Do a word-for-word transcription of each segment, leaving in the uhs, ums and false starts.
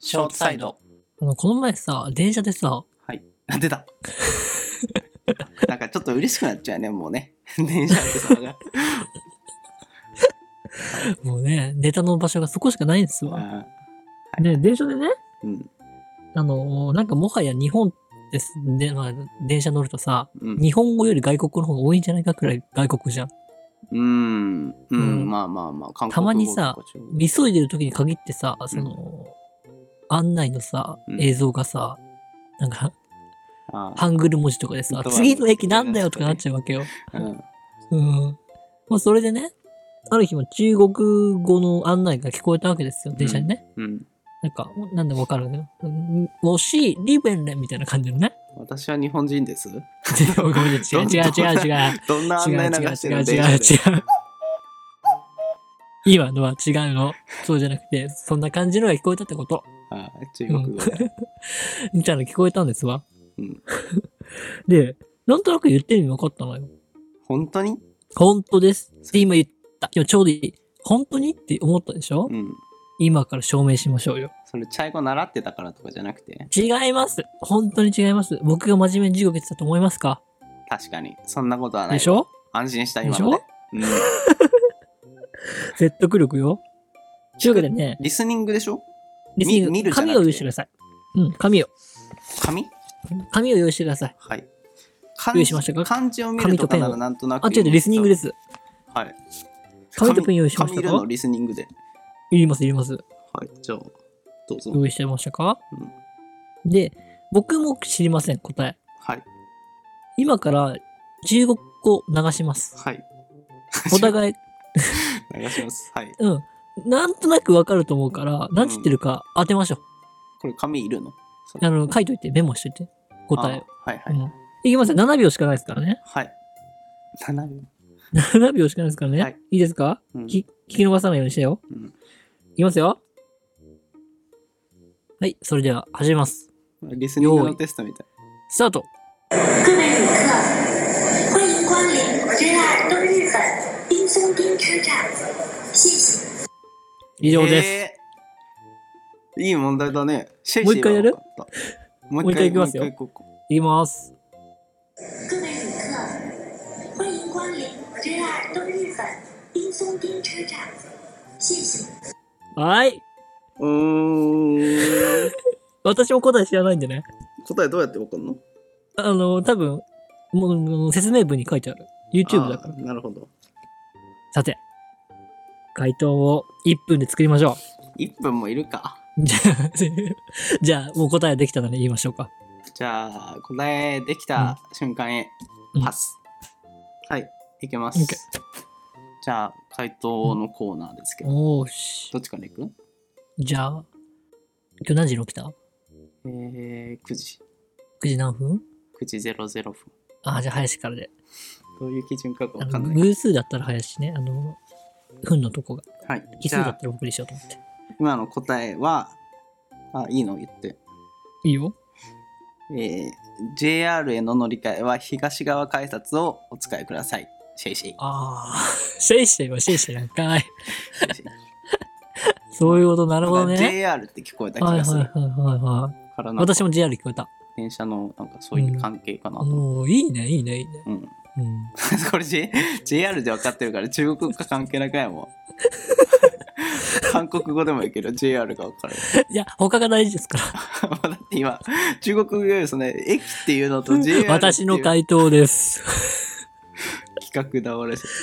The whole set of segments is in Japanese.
ショートサイド。 あの、この前さ、電車でさ、 はい。あ、出た。なんかちょっと嬉しくなっちゃうね、もうね。電車ってさが。 もうね、ネタの場所がそこしかないんですわ。 あで、電車でね、 ーうん。 あの、なんかもはや日本ですで、まあ、電車乗るとさ、 うん。 日本語より外国の方が多いんじゃないかくらい外国じゃん。 うーん。ううんん。まあまあまあ、韓たまにさ国語とか中国急いでる時に限ってさ、その、案内のさ、 うん映像がさ、なんか、 あーハングル文字とかでさ、 本当は次の駅なんだよとかなっちゃうわけよ。 うん。 うん。まあ、それでね、ある日も中国語の案内が聞こえたわけですよ、電車にね。 うん。 なんか、なんでわかるのよ。うんもし、リベンレンみたいな感じのね。 私は日本人です。 ごめんね、違う違う違う違う。 どんな案内流違うしてるの違う違う違う違う。今のは違うの。そうじゃなくて、そんな感じのが聞こえたってこと。 あー中国語だ。 みたいなの聞こえたんですわ。 うん。 で、なんとなく言ってる意味分かったのよ。 本当に本当ですって今言った。今日ちょうどいい。本当にって思ったでしょ、 うん。 今から証明しましょうよ。 それ、チャイ語習ってたからとかじゃなくて、 違います。本当に違います。僕が真面目に授業受けてたと思いますか？ 確かに。そんなことはないわ。 でしょ？ 安心した、今でしょ？ ので。うん。 説得力よ。というわけでね、 リスニングでしょリスニング見るじゃなくて紙を用意してください。うん、紙を。 紙紙を用意してください。 はい。漢字用意しましたか？ 漢字を見るとかならなんとなく。 あ、違う違う、リスニングです。 はい。 紙とペン用意しましたか？ 紙いるのリスニングで。 いります、いります。 はい。じゃあ、どうぞ。 用意してましたか？で、僕も知りません、答え。 はい。 今から中国語流します。 はい。 お互い、 流します。はい。 うん。なんとなくわかると思うから、何つってるか当てましょう。 これ紙いるのあの、書いといて、メモしといて。答えを。 あはいはい。 うん。いきますよ。ななびょうしかないですからね。 はい。ななびょう。 ななびょうしかないですからね。 はいいいですか、 うんき聞き逃さないようにしてよ。 うんいきますよ。はい、それでは始めます。 リスニングのテストみたい。 スタート。 各位旅客，欢迎光临 ジェイアール 东日本滨松町车站，谢谢。 以上です。 えーいい問題だね。シェイシェイもう一回やるは分かったももう一回いきますよもう一回行こいきます。 各位旅客，欢迎光临 ジェイアール 东日本滨松町车站，谢谢。 はい。 う。うーん。 私も答え知らないんでね。 答えどうやって分かんのあの、多分、もうもう説明文に書いてある。YouTube だから。 あーなるほど。 さて、回答をいっぷんで作りましょいっぷんもいるか。 う。じゃあ、じゃあもう答えできたので言いましょうか。 じゃあ、答えできた瞬間へうんパス。はい、いけます。 OK じゃあ、回答のコーナーですけど、 おーし。 どっちからいくじゃあ、今日何時に起きた？ えー、くじ。 くじ何分？ くじゼロゼロふん。 あ、じゃあ林からで。 どういう基準かがあのわかんない。 偶数だったら林ね。あの、分のとこが。 はい。 奇数だじゃあ、 ったら僕にしようと思って。 今の答えは、あ、いいの言って。 いいよ。 えー、ジェイアール への乗り換えは東側改札をお使いください。シェイシェイ。 ああ、シェイシェイはシェイシェイなんかい。 シェイシェイそういうこと、なるほどね。 なんか ジェイアール って聞こえた気はいはいがする。 はいはいはい。 からなんか私も ジェイアール 聞こえた。 電車のなんかそういう関係かなと思って。 おーいいね、いいね、いいね。 うん。 うん。 これ J- ジェイアール で分かってるから中国語か関係なくないもん。韓国語でもいいけど ジェイアール が分かる。 いや、他が大事ですから。 だって今、中国語よりその駅っていうのと ジェイアール っていう私の回答です。 企画倒れして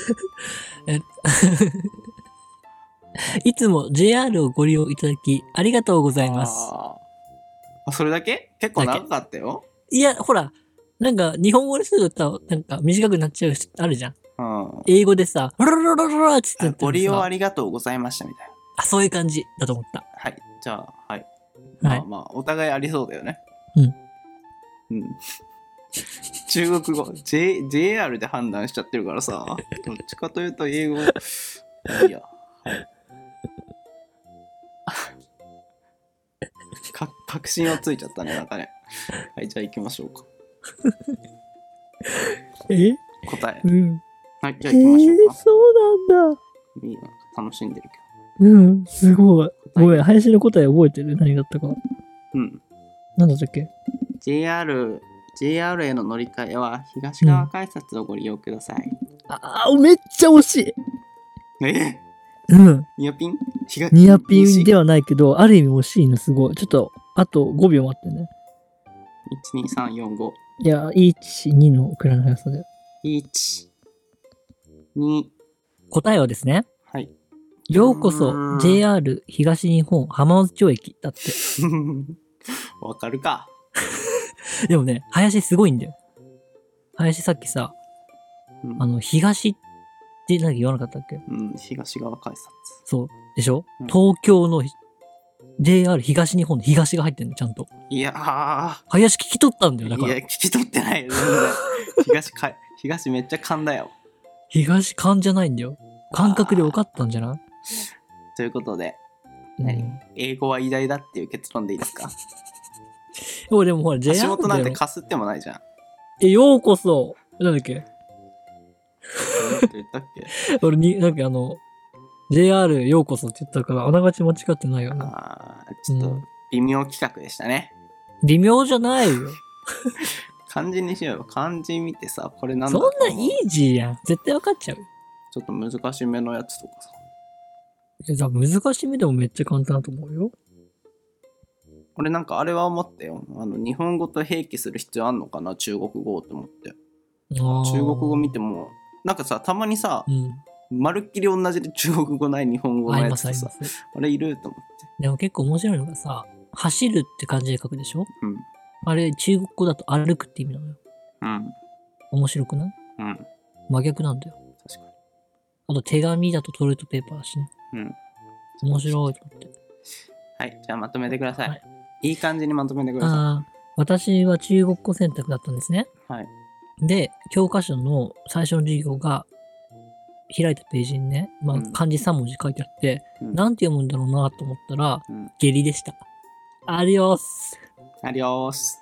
いつも ジェイアール をご利用いただき、ありがとうございます。 あーあそれだけ結構長かったよ。 いや、ほら、なんか、日本語にすると、なんか、短くなっちゃうし、あるじゃん。 うん。 英語でさ、ロロロロロロって言ってご利用ありりがとうございましたみたいな。 あ、そういう感じだと思った。 はい。じゃあ、はい。 はいまあまあ、お互いありそうだよね。 うん。 うん。中国語、J、ジェイアール で判断しちゃってるからさ、どっちかというと英語、いいや。はい。か確信をついちゃったね、なんかね。はい、じゃあ行きましょうか。 え答え。 うん。 はい、じゃあ行きましょうか。 そうなんだ。 いいな、楽しんでるけうん、すごい。 ど。 答え。 ごめん、林の答え覚えてる？何だったか。 うん。 何だったっけ？ ジェイアール、ジェイアール への乗り換えは東側改札をご利用ください。 ああ、めっちゃ惜しい。 えうん。 ニアピン東ニアピンでは。 はないけど、ある意味惜しいの、すごい。ちょっと、あとごびょう待ってね。 いち、に、さん、よん、ご。 いや、いち、にのくらいの速さで。 いち、に、 答えはですね、 はい。 ようこそうーんジェイアール 東日本浜松町駅だって。 わかるか。 でもね、林すごいんだよ。林さっきさ、 うんあの、東って何か言わなかったっけ？ うん、東側改札。 そう。でしょ、 うん東京の ジェイアール 東日本の東が入ってんの、ちゃんと。 いやー。 林聞き取ったんだよ、だかいや、 ら。 聞き取ってないよ、全然。東かい、東めっちゃ噛んだよ。 東勘じゃないんだよ。感覚で分かったんじゃない？ ということで、 うん何英語は偉大だっていう結論でいいですか？ でもでもほら、ジェイアール橋本なんてだよ。 かすってもないじゃん。 え、ようこそ。なんだっけ？ なんて言ったっけ？ 俺に、なんかあの、ジェイアール ようこそって言ったから、あながち間違ってないよな。 あーちょっとうん微妙企画でしたね。 微妙じゃないよ。 漢字にしようよ。漢字見てさ、これなんそんだと思うなイージーやん。絶対分かっちゃうよ。 ちょっと難しめのやつとかさ。 いや、じゃあ難しみでもめっちゃ簡単だと思うよ。 俺なんかあれは思ったよ。あの日本語と併記する必要あんのかな、中国語と思って。 中中国語見ても、なんかさ、たまにさ、 うん。 まるっきり同じで中国語ない日本語のありますやつとさ、 あります。 あれいると思って。 でも結構面白いのがさ、走るって感じで書くでしょ？ うん。 あれ中国語だと歩くって意味なのよ。 うん。 面白くない？ うん。 真逆なんだよ。 確かあと手紙だとトイレットペーパーだしね。 に。うん。 面白いと思って。 はい。じゃあまとめてください。 はいいい感じにまとめてくださああ、私は中国語選択だったんですね。 い。はい。 で、教科書の最初の授業が、開いたページにね、まあ、 うん漢字さん文字書いてあって、 うんなんて読むんだろうなと思ったら、 うん。 下痢でした。アディオス。 アディオース。